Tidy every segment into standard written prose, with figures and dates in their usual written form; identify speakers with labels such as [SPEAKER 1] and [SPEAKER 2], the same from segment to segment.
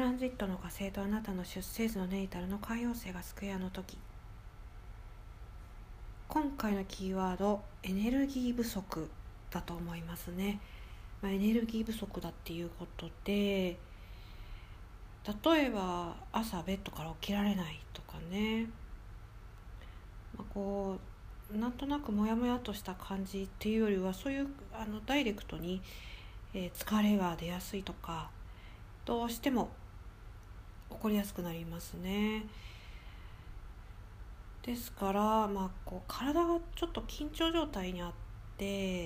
[SPEAKER 1] ランジットの火星とあなたの出生図のネイタルの海王星がスクエアの時。今回のキーワード、エネルギー不足だと思いますね。エネルギー不足だっていうことで、例えば朝ベッドから起きられないとかね、なんとなくモヤモヤとした感じっていうよりは、そういうダイレクトに、疲れが出やすいとか、どうしても起こりやすくなりますね。ですから、体がちょっと緊張状態にあって、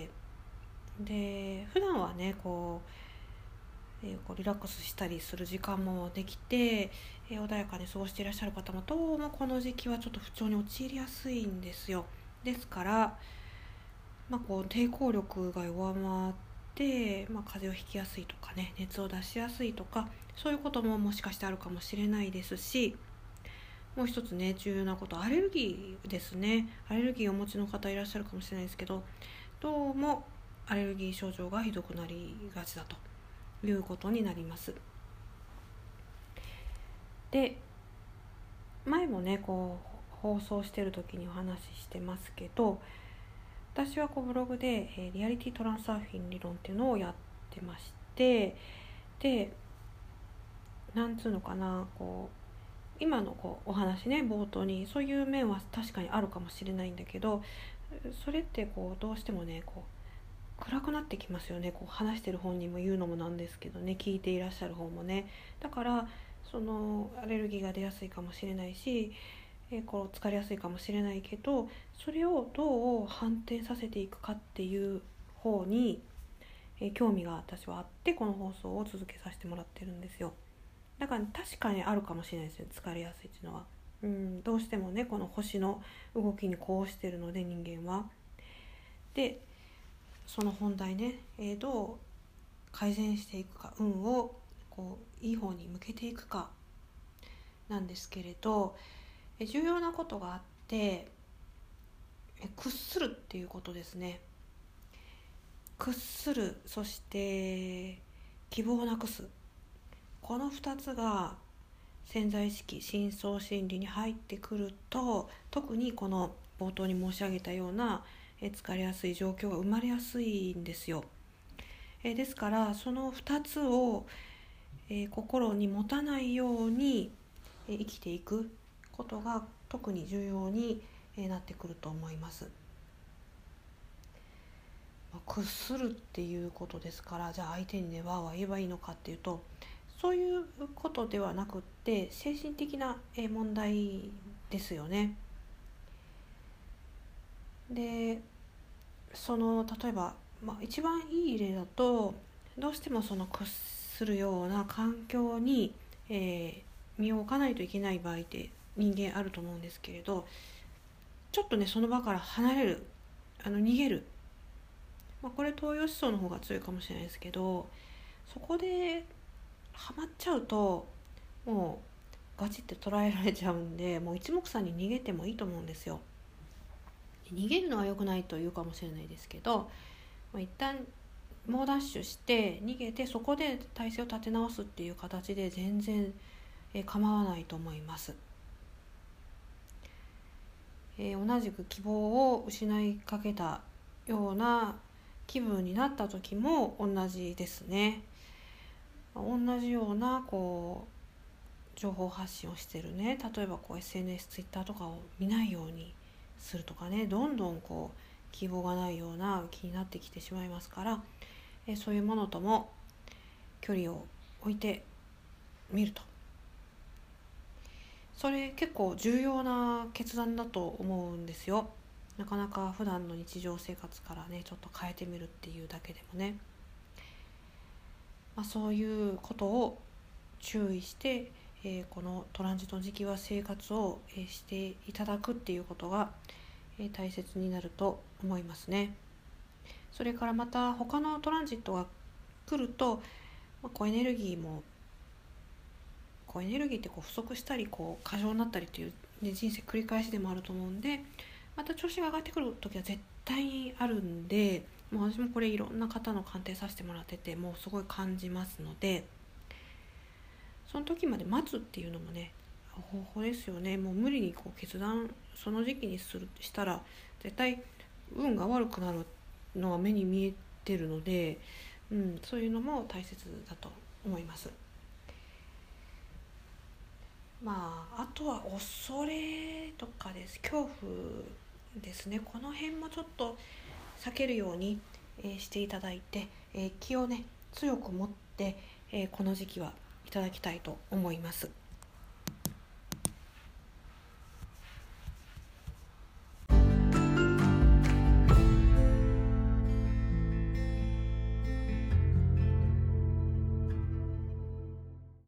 [SPEAKER 1] で普段はねリラックスしたりする時間もできて、穏やかに過ごしていらっしゃる方もどうもこの時期はちょっと不調に陥りやすいんですよ。ですから、抵抗力が弱まって、風邪をひきやすいとかね、熱を出しやすいとか、そういうことももしかしてあるかもしれないですし、もう一つね、重要なこと、アレルギーですね。アレルギーをお持ちの方いらっしゃるかもしれないですけど、どうもアレルギー症状がひどくなりがちだということになります。で、前もね放送してる時にお話ししてますけど、私はブログで、リアリティトランスサーフィン理論っていうのをやってまして、でなんつうのかな、今のお話ね、冒頭にそういう面は確かにあるかもしれないんだけど、それってどうしてもね暗くなってきますよね。話してる本人も言うのもなんですけどね、聞いていらっしゃる方もね。だからそのアレルギーが出やすいかもしれないし、疲れやすいかもしれないけど、それをどう反転させていくかっていう方に、興味が私はあって、この放送を続けさせてもらってるんですよ。だから確かにあるかもしれないですよ、疲れやすいっていうのは。どうしてもね、この星の動きにこうしてるので、人間は。でその本題ね、どう改善していくか、運をいい方に向けていくかなんですけれど、重要なことがあって、屈するっていうことですね。屈する、そして希望をなくす、この2つが潜在意識、深層心理に入ってくると、特にこの冒頭に申し上げたような疲れやすい状況が生まれやすいんですよ。ですからその2つを、心に持たないように、生きていくことが特に重要になってくると思います。屈するっていうことですから、じゃあ相手にねわーわー言えばいいのかっていうと、そういうことではなくって、精神的な問題ですよね。で例えば、一番いい例だと、どうしてもその屈するような環境に、身を置かないといけない場合って人間あると思うんですけれど、ちょっとねその場から離れる、逃げる、これ東洋思想の方が強いかもしれないですけど、そこでハマっちゃうともうガチって捉えられちゃうんで、もう一目散に逃げてもいいと思うんですよ。逃げるのは良くないというかもしれないですけど、一旦猛ダッシュして逃げて、そこで体勢を立て直すっていう形で全然構わないと思います。同じく希望を失いかけたような気分になった時も同じですね。同じような情報発信をしてるね、例えばSNS、Twitter とかを見ないようにするとかね、どんどん希望がないような気になってきてしまいますから、そういうものとも距離を置いてみると、それ結構重要な決断だと思うんですよ。なかなか普段の日常生活からねちょっと変えてみるっていうだけでもね、そういうことを注意して、このトランジットの時期は生活をしていただくっていうことが大切になると思いますね。それからまた他のトランジットが来ると、エネルギーもエネルギーって不足したり過剰になったりっていう、人生繰り返しでもあると思うんで、また調子が上がってくる時は絶対にあるんで、もう私もこれいろんな方の鑑定させてもらってて、もうすごい感じますので、 その時まで待つっていうのもね方法ですよね。もう無理にこう決断その時期にしたら絶対運が悪くなるのは目に見えてるので、そういうのも大切だと思います。あとは恐れとか恐怖ですね。この辺もちょっと避けるように、していただいて、気をね強く持って、この時期はいただきたいと思います。